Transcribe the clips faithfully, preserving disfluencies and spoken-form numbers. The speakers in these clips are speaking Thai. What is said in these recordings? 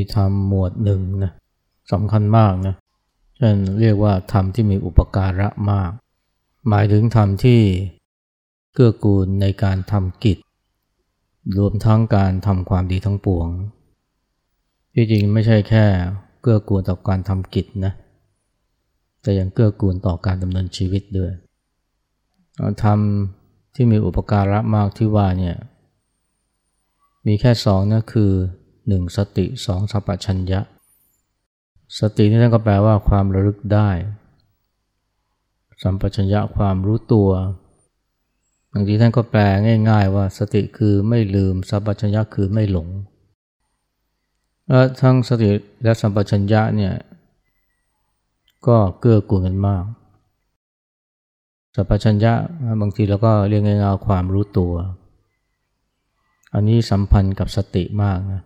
ธรรมหมวดหนึ่งนะสำคัญมากนะเช่นเรียกว่าธรรมที่มีอุปการะมากหมายถึงธรรมที่เกื้อกูลในการทำกิจรวมทั้งการทำความดีทั้งปวงที่จริงไม่ใช่แค่เกื้อกูลต่อการทำกิจนะแต่ยังเกื้อกูลต่อการดำเนินชีวิตด้วยธรรมที่มีอุปการะมากที่ว่าเนี่ยมีแค่สองนะคือหนึ่งสติสองสัมปชัญญะสตินี่นั่นก็แปลว่าความระลึกได้สัมปชัญญะความรู้ตัวบางทีท่านก็แปลง่ายๆว่าสติคือไม่ลืมสัมปชัญญะคือไม่หลงและทั้งสติและสัมปชัญญะเนี่ยก็เกื้อกูลกันมากสัมปชัญญะบางทีเราก็เรียกง่ายๆความรู้ตัวอันนี้สัมพันธ์กับสติมากนะ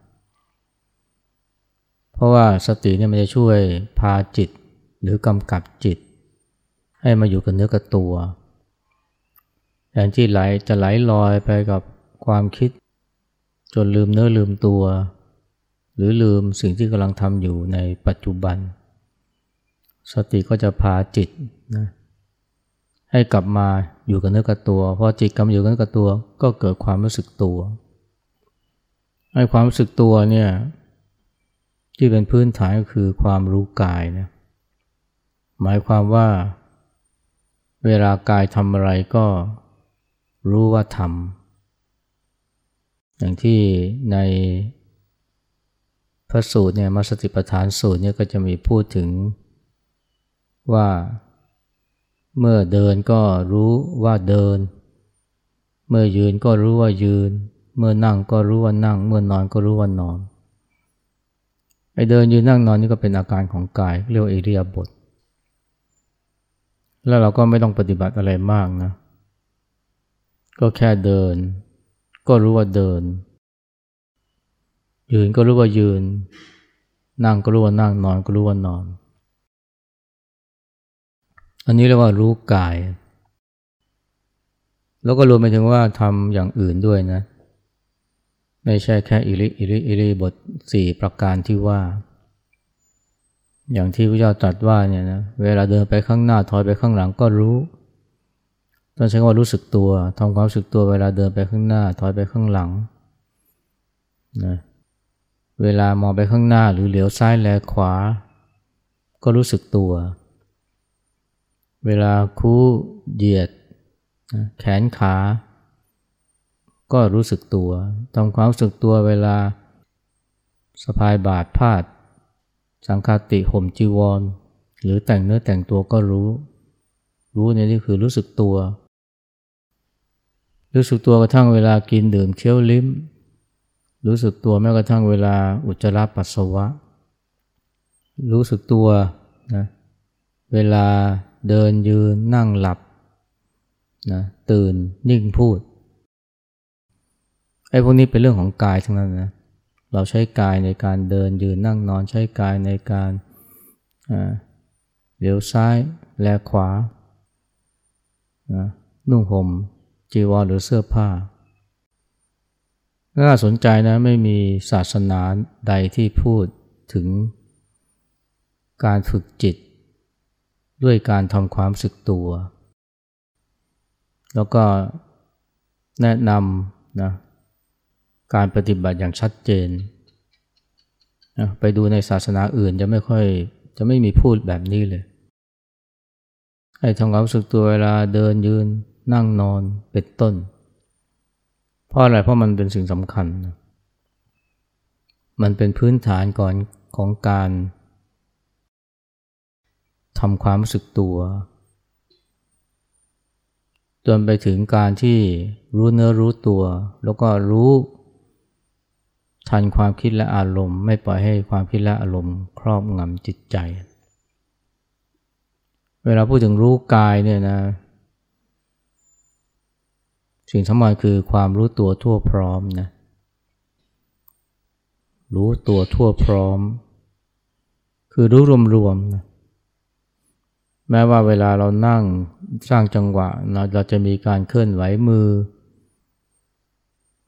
เพราะว่าสติเนี่ยมันจะช่วยพาจิตหรือกำกับจิตให้มาอยู่กับเนื้อกับตัวแทนที่ไหลจะไหลลอยไปกับความคิดจนลืมเนื้อลืมตัวหรือลืมสิ่งที่กำลังทำอยู่ในปัจจุบันสติก็จะพาจิตนะให้กลับมาอยู่กับเนื้อกับตัวพอจิตกลับมาอยู่กับเนื้อกับตัวก็เกิดความรู้สึกตัวไอ้ความรู้สึกตัวเนี่ยที่เป็นพื้นฐานก็คือความรู้กายนะหมายความว่าเวลากายทำอะไรก็รู้ว่าทำอย่างที่ในพระสูตรเนี่ยมสติปัฏฐานสูตรเนี่ยก็จะมีพูดถึงว่าเมื่อเดินก็รู้ว่าเดินเมื่อยืนก็รู้ว่ายืนเมื่อนั่งก็รู้ว่านั่งเมื่อนอนก็รู้ว่านอนไอ้เดินยืนนั่งนอนนี่ก็เป็นอาการของกายเรียกว่าอิริยาบถแล้วเราก็ไม่ต้องปฏิบัติอะไรมากนะก็แค่เดินก็รู้ว่าเดินยืนก็รู้ว่ายืนนั่งก็รู้ว่านั่งนอนก็รู้ว่านอนอันนี้เรียกว่ารู้กายแล้วก็รวมไปถึงว่าทำอย่างอื่นด้วยนะไม่ใช่แค่อิริอิริอิริบทสี่ประการที่ว่าอย่างที่พระเจ้าตรัสว่าเนี่ยนะเวลาเดินไปข้างหน้าถอยไปข้างหลังก็รู้ต้องใช้คำว่ารู้สึกตัวทำความรู้สึกตัวเวลาเดินไปข้างหน้าถอยไปข้างหลังนะเวลามองไปข้างหน้าหรือเหลียวซ้ายแลขวาก็รู้สึกตัวเวลาคู่เหยียดนะแขนขาก็รู้สึกตัวทำความรู้สึกตัวเวลาสะพายบาตรพาดสังฆาติห่มจีวรหรือแต่งเนื้อแต่งตัวก็รู้รู้เนี่ยนี่คือรู้สึกตัวรู้สึกตัวกระทั่งเวลากินดื่มเคี้ยวลิ้มรู้สึกตัวแม้กระทั่งเวลาอุจจาระปัสสาวะรู้สึกตัวนะเวลาเดินยืนนั่งหลับนะตื่นนิ่งพูดไอ้พวกนี้เป็นเรื่องของกายทั้งนั้นนะเราใช้กายในการเดินยืนนั่งนอนใช้กายในการเลี้ยวซ้ายแลขวานะนุ่งห่มจีวรหรือเสื้อผ้าน่าสนใจนะไม่มีศาสนาใดที่พูดถึงการฝึกจิตด้วยการทำความรู้สึกตัวแล้วก็แนะนำนะการปฏิบัติอย่างชัดเจนนะไปดูในศาสนาอื่นจะไม่ค่อยจะไม่มีพูดแบบนี้เลยให้ทำความรู้สึกตัวเวลาเดินยืนนั่งนอนเป็นต้นเพราะอะไรเพราะมันเป็นสิ่งสำคัญนะมันเป็นพื้นฐานก่อนของการทำความรู้สึกตัวจนไปถึงการที่รู้เนื้อรู้ตัวแล้วก็รู้ทันความคิดและอารมณ์ไม่ปล่อยให้ความคิดและอารมณ์ครอบงำจิตใจเวลาพูดถึงรู้กายเนี่ยนะสิ่งสำคัญคือความรู้ตัวทั่วพร้อมนะรู้ตัวทั่วพร้อมคือรู้รวมๆนะแม้ว่าเวลาเรานั่งสร้างจังหวะเราเราจะมีการเคลื่อนไหวมือ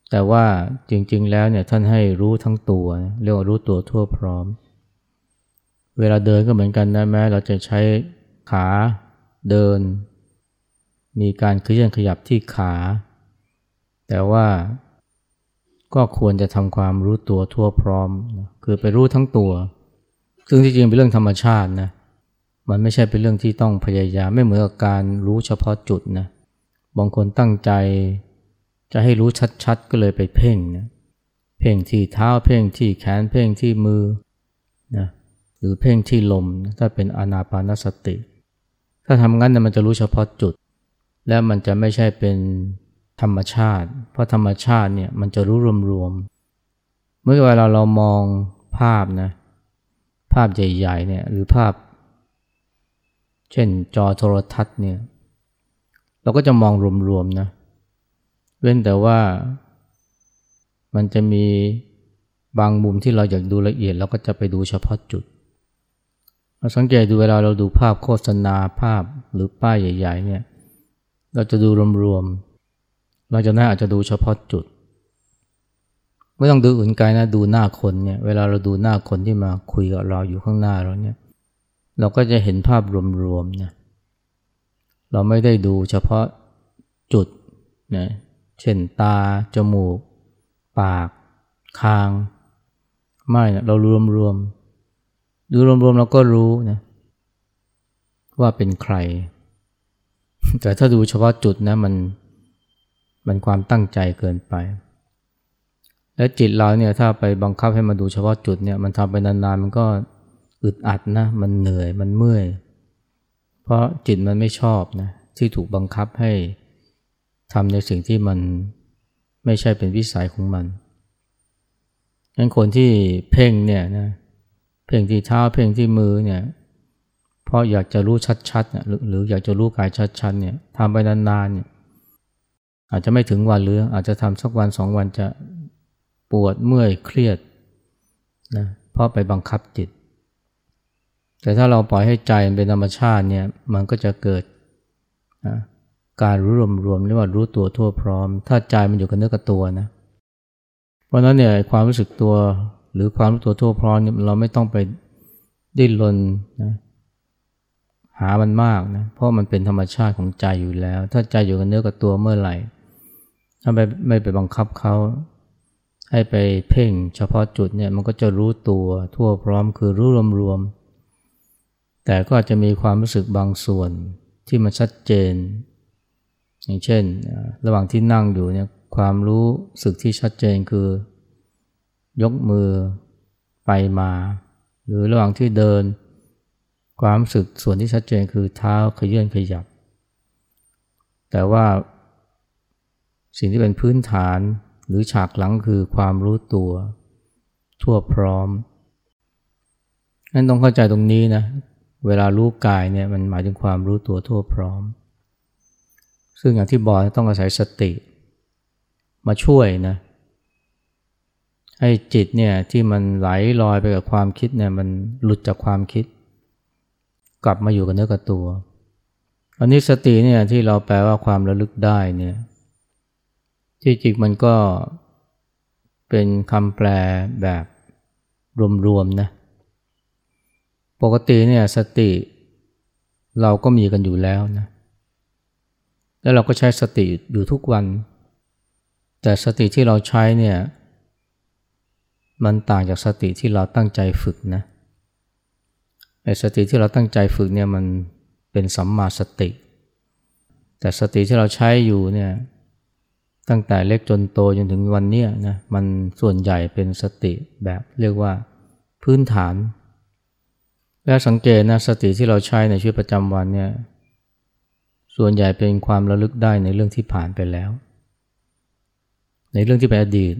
แต่ว่าจริงๆแล้วเนี่ยท่านให้รู้ทั้งตัวเรียกว่ารู้ตัวทั่วพร้อมเวลาเดินก็เหมือนกันนะแม้เราจะใช้ขาเดินมีการเคลื่อนขยับที่ขาแต่ว่าก็ควรจะทำความรู้ตัวทั่วพร้อมคือไปรู้ทั้งตัวซึ่งที่จริงเป็นเรื่องธรรมชาตินะมันไม่ใช่เป็นเรื่องที่ต้องพยายามไม่เหมือนกับการรู้เฉพาะจุดนะบางคนตั้งใจจะให้รู้ชัดๆก็เลยไปเพ่งนะเพ่งที่เท้าเพ่งที่แขนเพ่งที่มือนะหรือเพ่งที่ลมถ้าเป็นอานาปานสติถ้าทำงั้นเนี่ยมันจะรู้เฉพาะจุดและมันจะไม่ใช่เป็นธรรมชาติเพราะธรรมชาติเนี่ยมันจะรู้รวมๆเมื่อเวลาเรามองภาพนะภาพใหญ่ๆเนี่ยหรือภาพเช่นจอโทรทัศน์เนี่ยเราก็จะมองรวมๆนะเว้นแต่ว่ามันจะมีบางมุมที่เราอยากดูละเอียดเราก็จะไปดูเฉพาะจุดเราสังเกตดูเวลาเราดูภาพโฆษณาภาพหรือป้ายใหญ่ๆเนี่ยเราจะดูรวมๆเราจะน่าอาจจะดูเฉพาะจุดไม่ต้องดูอื่นไกลนะดูหน้าคนเนี่ยเวลาเราดูหน้าคนที่มาคุยกับเราอยู่ข้างหน้าเราเนี่ยเราก็จะเห็นภาพรวมๆนะเราไม่ได้ดูเฉพาะจุดนะเช่นตาจมูกปากคางไม่นะเรารวมๆดูรวมๆเราก็รู้นะว่าเป็นใครแต่ถ้าดูเฉพาะจุดนะมันมันความตั้งใจเกินไปและจิตเราเนี่ยถ้าไปบังคับให้มาดูเฉพาะจุดเนี่ยมันทำไปนานๆมันก็อึดอัดนะมันเหนื่อยมันเมื่อยเพราะจิตมันไม่ชอบนะที่ถูกบังคับให้ทำในสิ่งที่มันไม่ใช่เป็นวิสัยของมันงั้นคนที่เพ่งเนี่ยนะเพ่งที่เท้าเพ่งที่มือเนี่ยเพราะอยากจะรู้ชัดๆนะหรือหรืออยากจะรู้กายชัดๆเนี่ยทำไปนานๆเนี่ยอาจจะไม่ถึงวันหรืออาจจะทำสักวันสองวันจะปวดเมื่อยเครียดนะเพราะไปบังคับจิตแต่ถ้าเราปล่อยให้ใจมันเป็นธรรมชาติเนี่ยมันก็จะเกิดนะการรู้รวมๆเรียกว่ารู้ตัวทั่วพร้อมถ้าใจมันอยู่กับเนื้อกับตัวนะเพราะนั้นเนี่ยความรู้สึกตัวหรือความรู้ตัวทั่วพร้อมเนี่ยเราไม่ต้องไปดิ้นรนนะหามันมากนะเพราะมันเป็นธรรมชาติของใจอยู่แล้วถ้าใจอยู่กับเนื้อกับตัวเมื่อไหร่ถ้าไม่ไม่ไปบังคับเขาให้ไปเพ่งเฉพาะจุดเนี่ยมันก็จะรู้ตัวทั่วพร้อมคือรู้รวมๆแต่ก็อาจจะมีความรู้สึกบางส่วนที่มันชัดเจนอย่างเช่นระหว่างที่นั่งอยู่เนี่ยความรู้สึกที่ชัดเจนคือยกมือไปมาหรือระหว่างที่เดินความรู้สึกส่วนที่ชัดเจนคือเท้าขยื่นขยับแต่ว่าสิ่งที่เป็นพื้นฐานหรือฉากหลังคือความรู้ตัวทั่วพร้อมงั้นต้องเข้าใจตรงนี้นะเวลารู้กายเนี่ยมันหมายถึงความรู้ตัวทั่วพร้อมซึ่งอย่างที่บอกต้องอาศัยสติมาช่วยนะให้จิตเนี่ยที่มันไหลลอยไปกับความคิดเนี่ยมันหลุดจากความคิดกลับมาอยู่กับเนื้อกับตัวอันนี้สติเนี่ยที่เราแปลว่าความระลึกได้เนี่ยที่จริงมันก็เป็นคำแปลแบบรวมๆนะปกติเนี่ยสติเราก็มีกันอยู่แล้วนะแล้วเราก็ใช้สติอยู่ทุกวันแต่สติที่เราใช้เนี่ยมันต่างจากสติที่เราตั้งใจฝึกนะไอ้สติที่เราตั้งใจฝึกเนี่ยมันเป็นสัมมาสติแต่สติที่เราใช้อยู่เนี่ยตั้งแต่เล็กจนโตจนถึงวันนี้นะมันส่วนใหญ่เป็นสติแบบเรียกว่าพื้นฐานและสังเกตนะสติที่เราใช้ในชีวิตประจำวันเนี่ยส่วนใหญ่เป็นความระลึกได้ในเรื่องที่ผ่านไปแล้วในเรื่องที่เป็นอดีต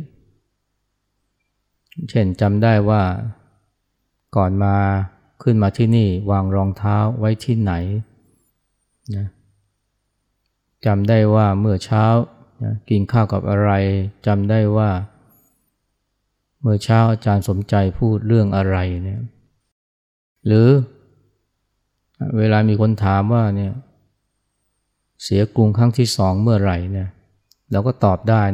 เช่นจำได้ว่าก่อนมาขึ้นมาที่นี่วางรองเท้าไว้ที่ไหนนะจำได้ว่าเมื่อเช้านะกินข้าวกับอะไรจำได้ว่าเมื่อเช้าอาจารย์สมใจพูดเรื่องอะไรเนี่ยหรือเวลามีคนถามว่าเนี่ยเสียกรุงครั้งที่สองเมื่อไหร่เนี่ยเราก็ตอบได้นะ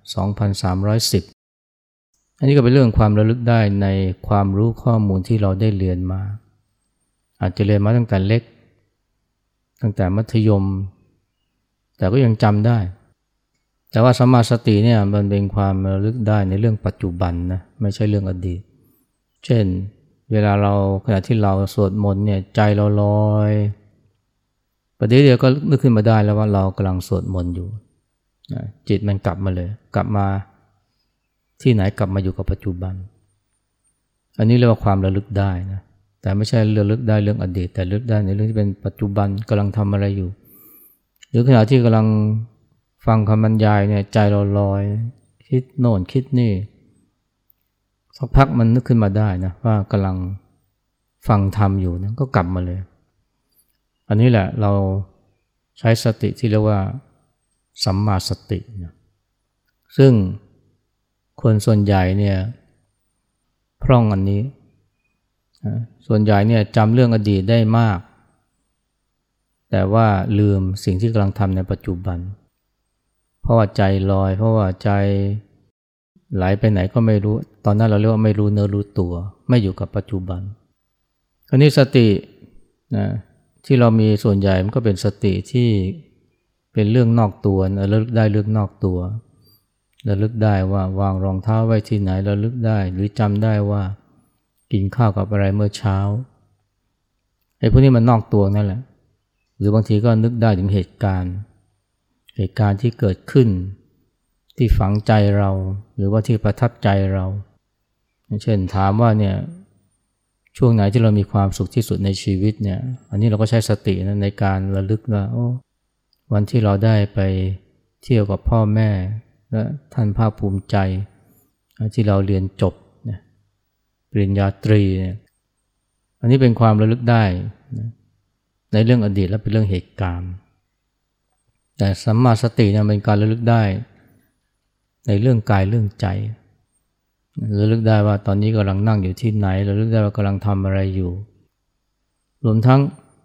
สองพันสามร้อยสิบ อันนี้ก็เป็นเรื่องความระลึกได้ในความรู้ข้อมูลที่เราได้เรียนมาอาจจะเรียนมาตั้งแต่เล็กตั้งแต่มัธยมแต่ก็ยังจำได้แต่ว่าสัมมาสติเนี่ยมันเป็นความระลึกได้ในเรื่องปัจจุบันนะไม่ใช่เรื่องอดีตเช่นเวลาเราขณะที่เราสวดมนต์เนี่ยใจเราลอยประเดี๋ยวเดียวก็นึกขึ้นมาได้แล้วว่าเรากำลังสวดมนต์อยู่จิตมันกลับมาเลยกลับมาที่ไหนกลับมาอยู่กับปัจจุบันอันนี้เรียกว่าความระลึกได้นะแต่ไม่ใช่ระลึกได้เรื่องอดีตแต่ระลึกได้ในเรื่องที่เป็นปัจจุบันกำลังทำอะไรอยู่หรือขณะที่กำลังฟังคำบรรยายเนี่ยใจเราลอยคิดโน่นคิดนี่สักพักมันนึกขึ้นมาได้นะว่ากำลังฟังธรรมอยู่นะก็กลับมาเลยอันนี้แหละเราใช้สติที่เรียกว่าสัมมาสตินะซึ่งคนส่วนใหญ่เนี่ยพร่องอันนี้ส่วนใหญ่เนี่ยจำเรื่องอดีตได้มากแต่ว่าลืมสิ่งที่กำลังทำในปัจจุบันเพราะว่าใจลอยเพราะว่าใจไหลไปไหนก็ไม่รู้ตอนนั้นเราเรียกว่าไม่รู้เนื้อรู้ตัวไม่อยู่กับปัจจุบันคราวนี้สตินะที่เรามีส่วนใหญ่มันก็เป็นสติที่เป็นเรื่องนอกตัวนะระลึกได้เรื่องนอกตัวระลึกได้ว่าวางรองเท้าไว้ที่ไหนระลึกได้หรือจำได้ว่ากินข้าวกับอะไรเมื่อเช้าไอ้พวกนี้มันนอกตัวนั่นแหละหรือบางทีก็นึกได้ถึงเหตุการณ์เหตุการณ์ที่เกิดขึ้นที่ฝังใจเราหรือว่าที่ประทับใจเราเช่นถามว่าเนี่ยช่วงไหนที่เรามีความสุขที่สุดในชีวิตเนี่ยอันนี้เราก็ใช้สตินะในการระลึกว่าโอ้วันที่เราได้ไปเที่ยวกับพ่อแม่และท่านภาคภูมิใจที่เราเรียนจบนะปริญญาตรีเนี่ยอันนี้เป็นความระลึกได้นะในเรื่องอดีตและเป็นเรื่องเหตุการณ์แต่สัมมาสติเนี่ยเป็นการระลึกได้ในเรื่องกายเรื่องใจระลึกได้ว่าตอนนี้กำลังนั่งอยู่ที่ไหนระลึกได้ว่ากำลังทำอะไรอยู่รวมทั้ง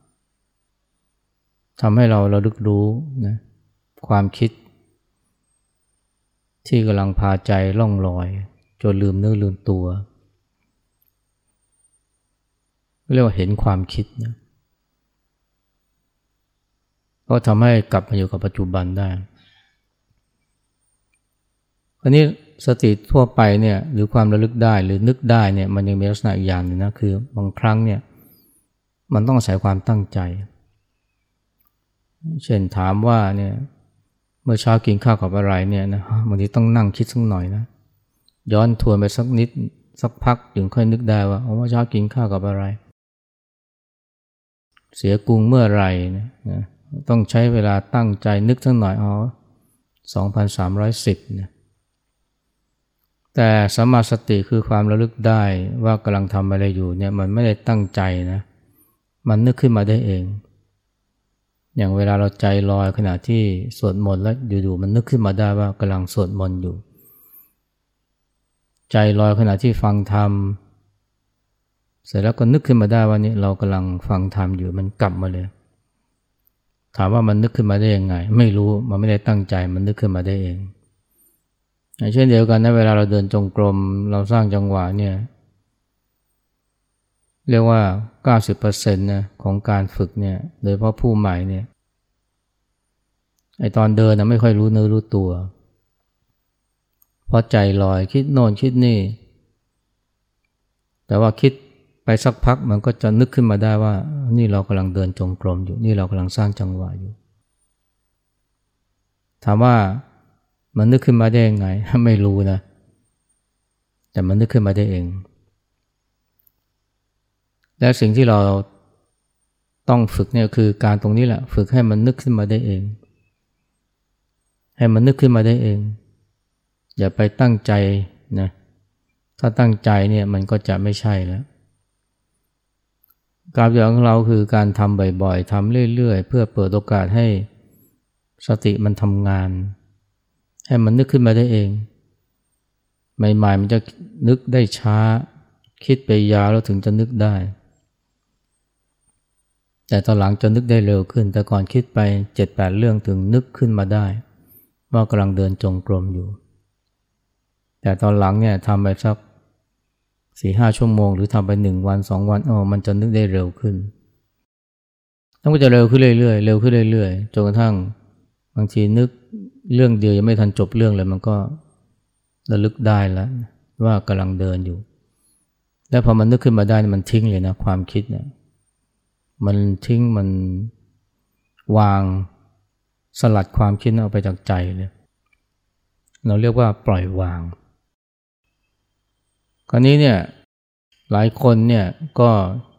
ทำให้เราระลึกรู้นะความคิดที่กำลังพาใจล่องลอยจนลืมเนื้อลืมตัวเรียกว่าเห็นความคิดนะก็ทำให้กลับมาอยู่กับปัจจุบันได้อันนี้สติทั่วไปเนี่ยหรือความระลึกได้หรือนึกได้เนี่ยมันยังมีลักษณะอีกอย่างหนึ่งนะคือบางครั้งเนี่ยมันต้องอาศัยความตั้งใจเช่นถามว่าเนี่ยเมื่อเช้ากินข้าวกับอะไรเนี่ยนะบางทีต้องนั่งคิดสักหน่อยนะย้อนทวนไปสักนิดสักพักถึงค่อยนึกได้ว่าเมื่อเช้ากินข้าวกับอะไรเสียกรุงเมื่อไหร่นะนะต้องใช้เวลาตั้งใจนึกสักหน่อยอ๋อสองพันสามร้อยสิบนะแต่สัมมาสติคือความระลึกได้ว่ากำลังทำอะไรอยู่เนี่ยมันไม่ได้ตั้งใจนะมันนึกขึ้นมาได้เองอย่างเวลาเราใจลอยขณะที่สวดมนต์แล้วอยู่ๆมันนึกขึ้นมาได้ว่ากำลังสวดมนต์อยู่ใจลอยขณะที่ฟังธรรมเสร็จแล้วก็นึกขึ้นมาได้ว่านี่เรากำลังฟังธรรมอยู่มันกลับมาเลยถามว่ามันนึกขึ้นมาได้ยังไงไม่รู้มันไม่ได้ตั้งใจมันนึกขึ้นมาได้เองเช่นเดียวกันนะเวลาเราเดินจงกรมเราสร้างจังหวะเนี่ยเรียกว่า เก้าสิบเปอร์เซ็นต์ นะของการฝึกเนี่ยโดยเฉพาะผู้ใหม่เนี่ยไอ้ตอนเดินนะไม่ค่อยรู้เนื้อรู้ตัวเพราะใจลอยคิดโน่นคิดนี่แต่ว่าคิดไปสักพักมันก็จะนึกขึ้นมาได้ว่านี่เรากำลังเดินจงกรมอยู่นี่เรากำลังสร้างจังหวะอยู่ถามว่ามันนึกขึ้นมาได้ยังไงไม่รู้นะแต่มันนึกขึ้นมาได้เองและสิ่งที่เราต้องฝึกเนี่ยคือการตรงนี้แหละฝึกให้มันนึกขึ้นมาได้เองให้มันนึกขึ้นมาได้เองอย่าไปตั้งใจนะถ้าตั้งใจเนี่ยมันก็จะไม่ใช่แล้วการปฏิบัติของเราคือการทำบ่อยๆทำเรื่อยๆเพื่อเปิดโอกาสให้สติมันทำงานให้มันนึกขึ้นมาได้เองใหม่ๆมันจะนึกได้ช้าคิดไปยาวแล้วถึงจะนึกได้แต่ตอนหลังจะนึกได้เร็วขึ้นแต่ก่อนคิดไป เจ็ดแปด เรื่องถึงนึกขึ้นมาได้ว่ากำลังเดินจงกรมอยู่แต่ตอนหลังเนี่ยทำไปสักสี่ห้าชั่วโมงหรือทำไปหนึ่งวันสองวันอ๋อมันจะนึกได้เร็วขึ้นต้องก็จะเร็วขึ้นเรื่อยๆเร็วขึ้นเรื่อยๆจนกระทั่งบางทีนึกเรื่องเดียวยังไม่ทันจบเรื่องเลยมันก็ระลึกได้แล้วว่ากำลังเดินอยู่แล้วพอมันนึกขึ้นมาได้มันทิ้งเลยนะความคิดเนี่ยมันทิ้งมันวางสลัดความคิดเอาไปจากใจเลยเราเรียกว่าปล่อยวางคราวนี้เนี่ยหลายคนเนี่ยก็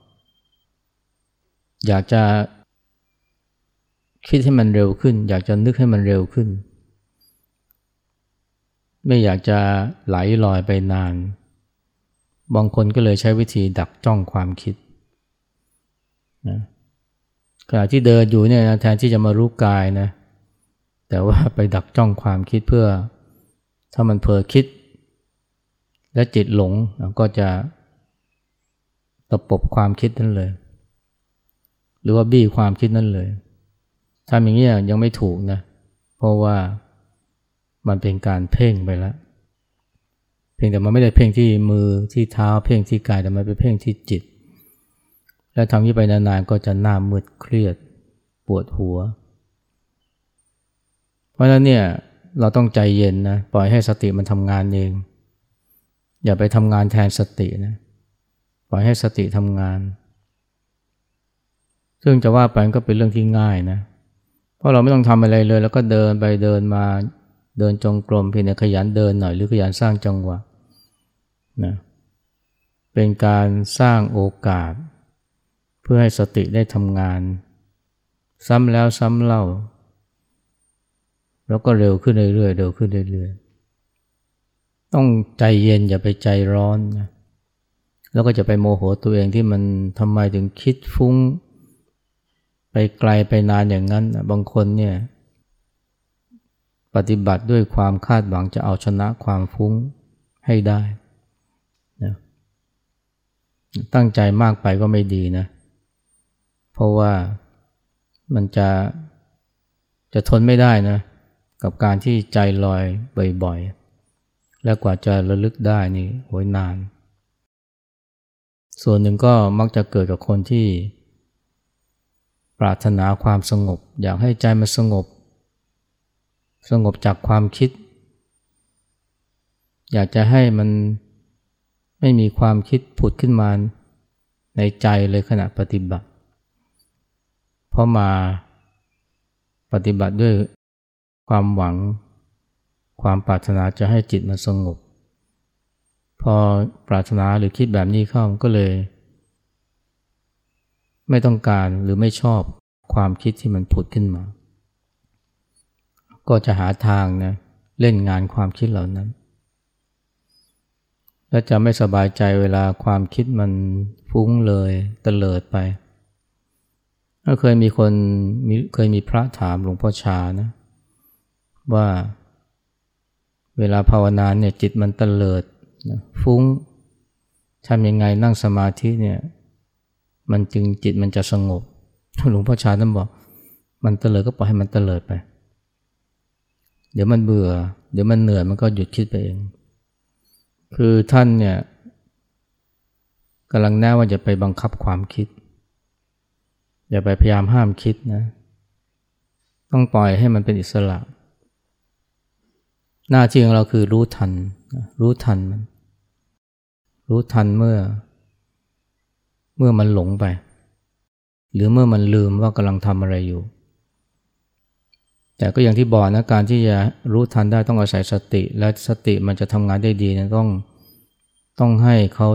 อยากจะคิดให้มันเร็วขึ้นอยากจะนึกให้มันเร็วขึ้นไม่อยากจะไหลลอยไปนานบางคนก็เลยใช้วิธีดักจ้องความคิดนะขณะที่เดินอยู่เนี่ยนะแทนที่จะมารู้กายนะแต่ว่าไปดักจ้องความคิดเพื่อถ้ามันเผลอคิดและจิตหลงก็จะตะปบความคิดนั้นเลยหรือว่าบี้ความคิดนั้นเลยทำอย่างนี้ยังไม่ถูกนะเพราะว่ามันเป็นการเพ่งไปแล้วเพียงแต่มันไม่ได้เพ่งที่มือที่เท้าเพ่งที่กายแต่มันเป็นเพ่งที่จิตและทำนี้ไปนานๆก็จะหน้ามืดเครียดปวดหัวเพราะฉะนั้นเนี่ยเราต้องใจเย็นนะปล่อยให้สติมันทำงานเองอย่าไปทำงานแทนสตินะปล่อยให้สติทำงานซึ่งจะว่าไปก็เป็นเรื่องที่ง่ายนะเพราะเราไม่ต้องทำอะไรเลยแล้วก็เดินไปเดินมาเดินจงกรมเพียงแต่ขยันเดินหน่อยหรือขยันสร้างจังหวะนะเป็นการสร้างโอกาสเพื่อให้สติได้ทำงานซ้ำแล้วซ้ำเล่าแล้วก็เร็วขึ้นเรื่อยๆเร็วขึ้นเรื่อยๆต้องใจเย็นอย่าไปใจร้อนนะแล้วก็จะไปโมโหตัวเองที่มันทำไมถึงคิดฟุ้งไปไกลไปนานอย่างนั้นบางคนเนี่ยปฏิบัติด้วยความคาดหวังจะเอาชนะความฟุ้งให้ได้นะตั้งใจมากไปก็ไม่ดีนะเพราะว่ามันจะจะทนไม่ได้นะกับการที่ใจลอยบ่อยๆและกว่าจะระลึกได้นี่โหยนานส่วนหนึ่งก็มักจะเกิดกับคนที่ปรารถนาความสงบอยากให้ใจมันสงบสงบจากความคิดอยากจะให้มันไม่มีความคิดผุดขึ้นมาในใจเลยขณะปฏิบัติเพราะมาปฏิบัติด้วยความหวังความปรารถนาจะให้จิตมันสงบพอปรารถนาหรือคิดแบบนี้เข้าก็เลยไม่ต้องการหรือไม่ชอบความคิดที่มันผุดขึ้นมาก็จะหาทางนะเล่นงานความคิดเหล่านั้นและจะไม่สบายใจเวลาความคิดมันฟุ้งเลยเตลิดไปก็เคยมีคนมีเคยมีพระถามหลวงพ่อชานะว่าเวลาภาวนาเนี่ยจิตมันเตลิดนะฟุ้งทำยังไงนั่งสมาธิเนี่ยมันจึงจิตมันจะสงบหลวงพ่อชาท่านบอกมันเตลิดก็ปล่อยให้มันเตลิดไปเดี๋ยวมันเบื่อเดี๋ยวมันเหนื่อยมันก็หยุดคิดไปเองคือท่านเนี่ยกำลังแน่ว่าจะไปบังคับความคิดอย่าไปพยายามห้ามคิดนะต้องปล่อยให้มันเป็นอิสระหน้าที่ของเราคือรู้ทันรู้ทันมันรู้ทันเมื่อเมื่อมันหลงไปหรือเมื่อมันลืมว่ากำลังทำอะไรอยู่แต่ก็อย่างที่บอกนะการที่จะรู้ทันได้ต้องอาศัยสติและสติมันจะทำงานได้ดีนะต้องต้องให้เขา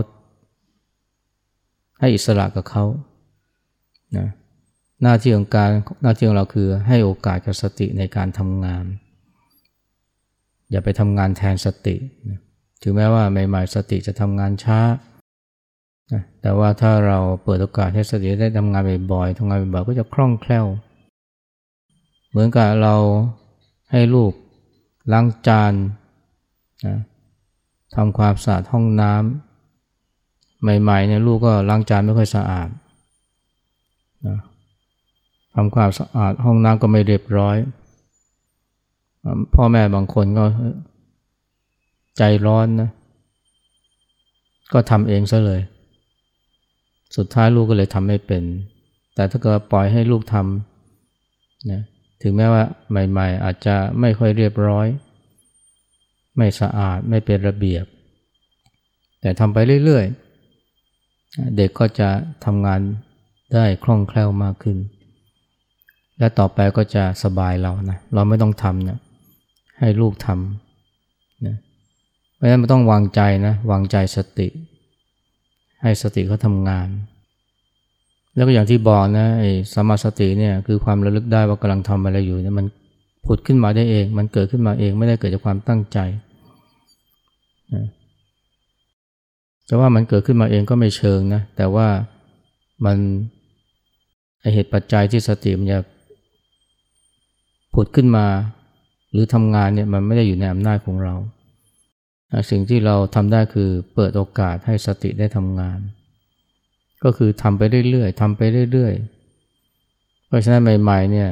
ให้อิสระกับเขานะหน้าที่ของการหน้าที่ของเราคือให้โอกาสกับสติในการทำงานอย่าไปทำงานแทนสตินะถึงแม้ว่าใหม่ๆสติจะทำงานช้านะแต่ว่าถ้าเราเปิดโอกาสให้สติได้ทำงานบ่อยๆทำงานบ่อยๆก็จะคล่องแคล่วเหมือนกับเราให้ลูกล้างจานนะทำความสะอาดห้องน้ำใหม่ๆเนี่ยลูกก็ล้างจานไม่ค่อยสะอาดนะทำความสะอาดห้องน้ำก็ไม่เรียบร้อยพ่อแม่บางคนก็ใจร้อนนะก็ทำเองซะเลยสุดท้ายลูกก็เลยทำไม่เป็นแต่ถ้าเกิดปล่อยให้ลูกทำนะถึงแม้ว่าใหม่ๆอาจจะไม่ค่อยเรียบร้อยไม่สะอาดไม่เป็นระเบียบแต่ทำไปเรื่อยๆเด็กก็จะทำงานได้คล่องแคล่วมากขึ้นและต่อไปก็จะสบายเรานะเราไม่ต้องทำนะให้ลูกทำนะเพราะฉะนั้นมันต้องวางใจนะวางใจสติให้สติเขาทำงานแล้วก็อย่างที่บอกนะไอ้สัมมาสติเนี่ยคือความระลึกได้ว่ากำลังทำอะไรอยู่เนี่ยมันผุดขึ้นมาได้เองมันเกิดขึ้นมาเองไม่ได้เกิดจากความตั้งใจนะจะว่ามันเกิดขึ้นมาเองก็ไม่เชิงนะแต่ว่ามันไอ้เหตุปัจจัยที่สติมันจะผุดขึ้นมาหรือทำงานเนี่ยมันไม่ได้อยู่ในอำนาจของเราสิ่งที่เราทำได้คือเปิดโอกาสให้สติได้ทำงานก็คือทำไปเรื่อยๆทำไปเรื่อยๆเพราะฉะนั้นใหม่ๆเนี่ย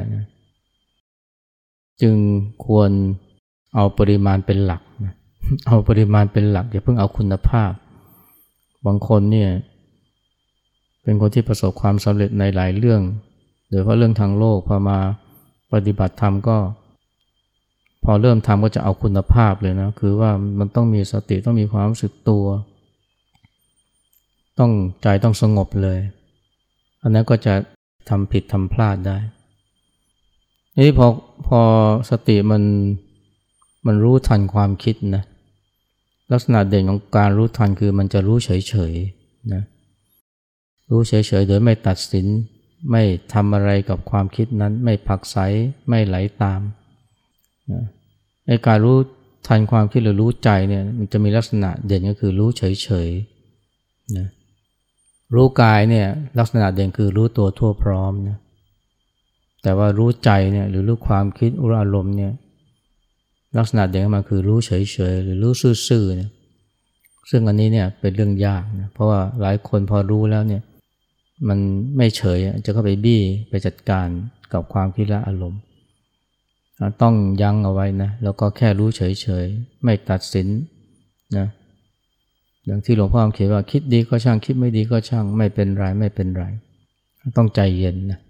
จึงควรเอาปริมาณเป็นหลักนะเอาปริมาณเป็นหลักอย่าเพิ่งเอาคุณภาพบางคนเนี่ยเป็นคนที่ประสบความสำเร็จในหลายเรื่องโดยเฉพาะเรื่องทางโลกพอมาปฏิบัติธรรมก็พอเริ่มทำก็จะเอาคุณภาพเลยนะคือว่ามันต้องมีสติต้องมีความรู้สึกตัวต้องใจต้องสงบเลยอันนั้นก็จะทำผิดทำพลาดได้นี่พอพอสติมันมันรู้ทันความคิดนะลักษณะเด่นของการรู้ทันคือมันจะรู้เฉยๆนะรู้เฉยๆโดยไม่ตัดสินไม่ทำอะไรกับความคิดนั้นไม่ผลักไสไม่ไหลตามนะไอ้การรู้ทันความคิดหรือรู้ใจเนี่ยมันจะมีลักษณะเด่นก็คือรู้เฉยๆนะรู้กายเนี่ยลักษณะเด่นคือรู้ตัวทั่วพร้อมนะแต่ว่ารู้ใจเนี่ยหรือรู้ความคิดรู้อารมณ์เนี่ยลักษณะเด่นของมันคือรู้เฉยๆหรือรู้ซื่อๆเนี่ยซึ่งอันนี้เนี่ยเป็นเรื่องยากนะเพราะว่าหลายคนพอรู้แล้วเนี่ยมันไม่เฉยจะเข้าไปบี้ไปจัดการกับความคิดและอารมณ์ต้องยั้งเอาไว้นะแล้วก็แค่รู้เฉยๆไม่ตัดสินนะอย่างที่หลวงพ่อเขียนว่าคิดดีก็ช่างคิดไม่ดีก็ช่างไม่เป็นไรไม่เป็นไรต้องใจเย็นนะ